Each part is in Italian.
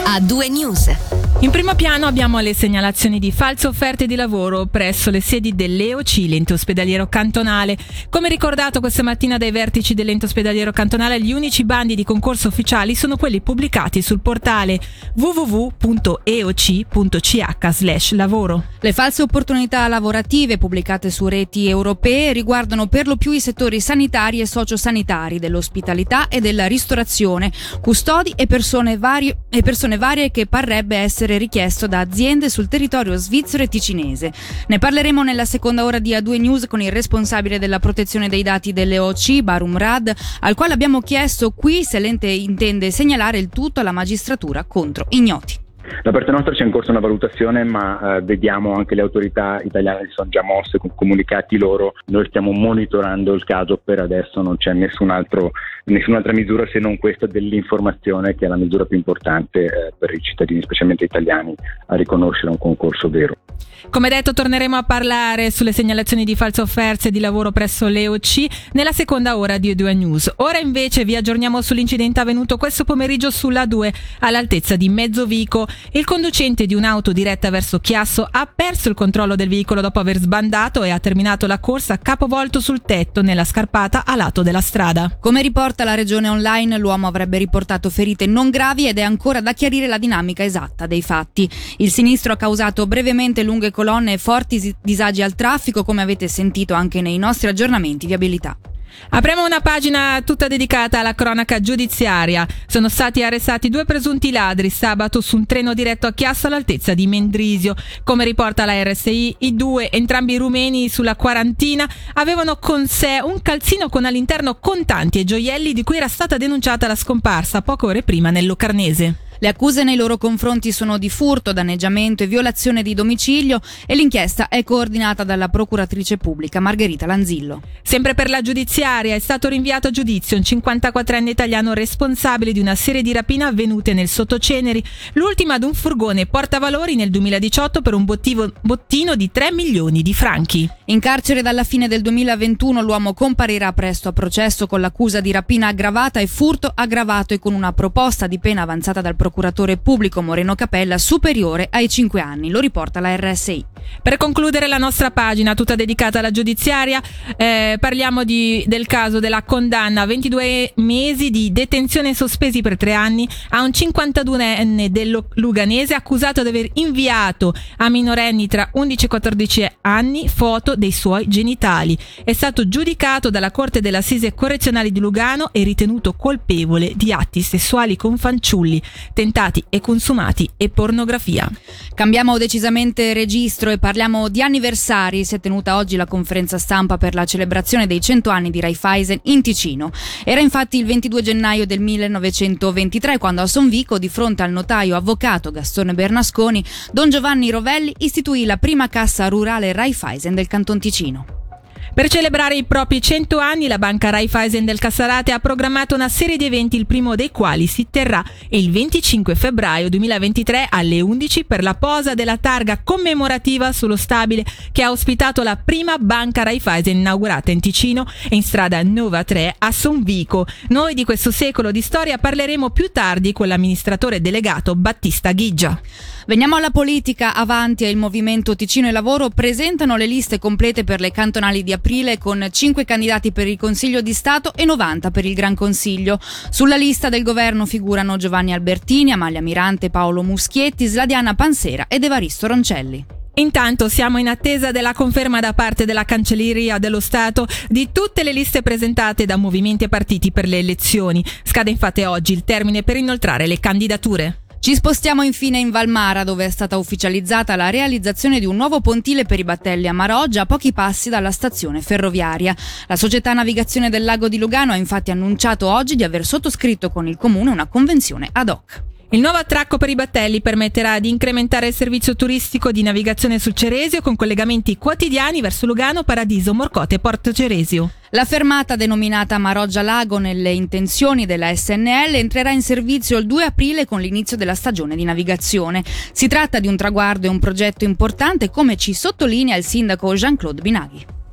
A2 News. In primo piano abbiamo le segnalazioni di false offerte di lavoro presso le sedi dell'EOC, l'ente ospedaliero cantonale. Come ricordato questa mattina dai vertici dell'ente ospedaliero cantonale, gli unici bandi di concorso ufficiali sono quelli pubblicati sul portale www.eoc.ch/lavoro. Le false opportunità lavorative pubblicate su reti europee riguardano per lo più i settori sanitari e sociosanitari, dell'ospitalità e della ristorazione, custodi e persone varie che parrebbe essere richiesto da aziende sul territorio svizzero e ticinese. Ne parleremo nella seconda ora di A2 News con il responsabile della protezione dei dati dell'EOC, Barum Rad, al quale abbiamo chiesto qui se l'ente intende segnalare il tutto alla magistratura contro ignoti. Da parte nostra c'è in corso una valutazione, ma vediamo anche le autorità italiane si sono già mosse con comunicati loro. Noi stiamo monitorando il caso, per adesso non c'è nessun'altra misura se non questa dell'informazione, che è la misura più importante per i cittadini, specialmente italiani, a riconoscere un concorso vero. Come detto, torneremo a parlare sulle segnalazioni di false offerte di lavoro presso l'EOC nella seconda ora di A2 News. Ora invece vi aggiorniamo sull'incidente avvenuto questo pomeriggio sulla A2 all'altezza di Mezzovico. Il conducente di un'auto diretta verso Chiasso ha perso il controllo del veicolo dopo aver sbandato e ha terminato la corsa capovolto sul tetto nella scarpata a lato della strada. Come riporta la regione online, l'uomo avrebbe riportato ferite non gravi ed è ancora da chiarire la dinamica esatta dei fatti. Il sinistro ha causato brevemente lunghe colonne e forti disagi al traffico, come avete sentito anche nei nostri aggiornamenti viabilità. Apriamo una pagina tutta dedicata alla cronaca giudiziaria. Sono stati arrestati 2 presunti ladri sabato su un treno diretto a Chiasso all'altezza di Mendrisio. Come riporta la RSI, i 2, entrambi rumeni sulla quarantina, avevano con sé un calzino con all'interno contanti e gioielli di cui era stata denunciata la scomparsa poche ore prima nel Locarnese. Le accuse nei loro confronti sono di furto, danneggiamento e violazione di domicilio e l'inchiesta è coordinata dalla procuratrice pubblica Margherita Lanzillo. Sempre per la giudiziaria è stato rinviato a giudizio un 54enne italiano responsabile di una serie di rapine avvenute nel Sottoceneri, l'ultima ad un furgone portavalori nel 2018 per un bottino di 3 milioni di franchi. In carcere dalla fine del 2021 l'uomo comparirà presto a processo con l'accusa di rapina aggravata e furto aggravato e con una proposta di pena avanzata dal procuratore pubblico Moreno Capella superiore ai 5 anni, lo riporta la RSI. Per concludere la nostra pagina tutta dedicata alla giudiziaria, parliamo del caso della condanna a 22 mesi di detenzione sospesi per 3 anni a un 52enne del Luganese accusato di aver inviato a minorenni tra 11 e 14 anni foto dei suoi genitali. È stato giudicato dalla Corte dell'Assise Correzionale di Lugano e ritenuto colpevole di atti sessuali con fanciulli, tentati e consumati e pornografia. Cambiamo decisamente registro e parliamo di anniversari. Si è tenuta oggi la conferenza stampa per la celebrazione dei 100 anni di Raiffeisen in Ticino. Era infatti il 22 gennaio del 1923 quando a Sonvico, di fronte al notaio avvocato Gastone Bernasconi, Don Giovanni Rovelli istituì la prima cassa rurale Raiffeisen del Canton Ticino. Per celebrare i propri 100 anni, la banca Raiffeisen del Cassarate ha programmato una serie di eventi, il primo dei quali si terrà il 25 febbraio 2023 alle 11 per la posa della targa commemorativa sullo stabile che ha ospitato la prima banca Raiffeisen inaugurata in Ticino e in strada Nova 3 a Sonvico. Noi di questo secolo di storia parleremo più tardi con l'amministratore delegato Battista Ghiggia. Veniamo alla politica. Avanti e il Movimento Ticino e Lavoro presentano le liste complete per le cantonali di aprile con 5 candidati per il Consiglio di Stato e 90 per il Gran Consiglio. Sulla lista del governo figurano Giovanni Albertini, Amalia Mirante, Paolo Muschietti, Sladiana Pansera ed Evaristo Roncelli. Intanto siamo in attesa della conferma da parte della Cancelleria dello Stato di tutte le liste presentate da movimenti e partiti per le elezioni. Scade infatti oggi il termine per inoltrare le candidature. Ci spostiamo infine in Valmara, dove è stata ufficializzata la realizzazione di un nuovo pontile per i battelli a Maroggia, a pochi passi dalla stazione ferroviaria. La società Navigazione del Lago di Lugano ha infatti annunciato oggi di aver sottoscritto con il comune una convenzione ad hoc. Il nuovo attracco per i battelli permetterà di incrementare il servizio turistico di navigazione sul Ceresio con collegamenti quotidiani verso Lugano, Paradiso, Morcote e Porto Ceresio. La fermata, denominata Maroggia Lago nelle intenzioni della SNL, entrerà in servizio il 2 aprile con l'inizio della stagione di navigazione. Si tratta di un traguardo e un progetto importante, come ci sottolinea il sindaco Jean-Claude Binaghi.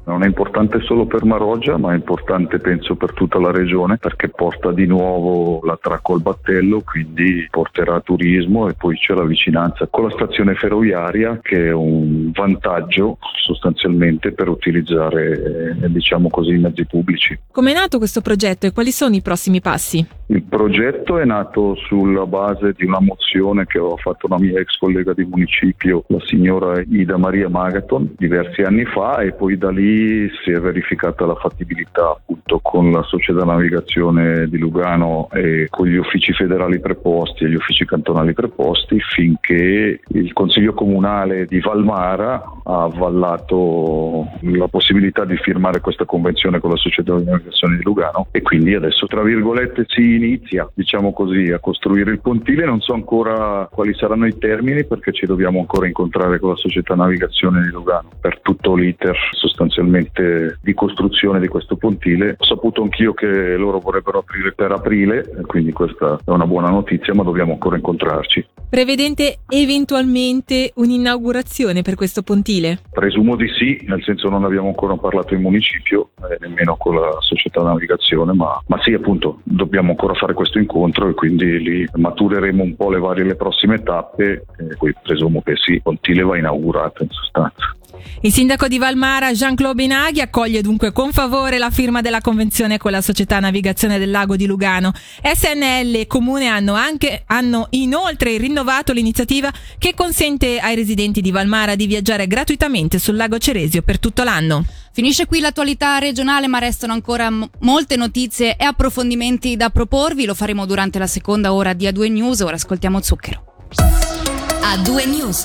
Non è importante solo per Maroggia, ma è importante penso per tutta la regione, perché porta di nuovo l'attracco al battello, quindi porterà turismo, e poi c'è la vicinanza con la stazione ferroviaria, che è un vantaggio sostanzialmente per utilizzare, diciamo così, i mezzi pubblici. Come è nato questo progetto e quali sono i prossimi passi? Il progetto è nato sulla base di una mozione che aveva fatto una mia ex collega di municipio, la signora Ida Maria Magaton, diversi anni fa, e poi da lì si è verificata la fattibilità appunto con la società navigazione di Lugano e con gli uffici federali preposti e gli uffici cantonali preposti, finché il Consiglio Comunale di Valmara ha avallato la possibilità di firmare questa convenzione con la società di navigazione di Lugano, e quindi adesso, tra virgolette, si inizia, diciamo così, a costruire il pontile. Non so ancora quali saranno i termini, perché ci dobbiamo ancora incontrare con la società navigazione di Lugano per tutto l'iter sostanzialmente di costruzione di questo pontile. Ho saputo anch'io che loro vorrebbero aprire per aprile, quindi questa è una buona notizia, ma dobbiamo ancora incontrarci. Prevedete eventualmente un'inaugurazione per questo pontile? Presumo di sì, nel senso non abbiamo ancora parlato in municipio, nemmeno con la società navigazione, ma sì, appunto, dobbiamo ancora fare questo incontro, e quindi lì matureremo un po' le prossime tappe, e poi presumo che sì, il pontile va inaugurato in sostanza. Il sindaco di Valmara, Jean-Claude Benaghi, accoglie dunque con favore la firma della convenzione con la società navigazione del lago di Lugano. SNL e Comune hanno inoltre rinnovato l'iniziativa che consente ai residenti di Valmara di viaggiare gratuitamente sul lago Ceresio per tutto l'anno. Finisce qui l'attualità regionale, ma restano ancora molte notizie e approfondimenti da proporvi. Lo faremo durante la seconda ora di A2 News. Ora ascoltiamo Zucchero. A2 News.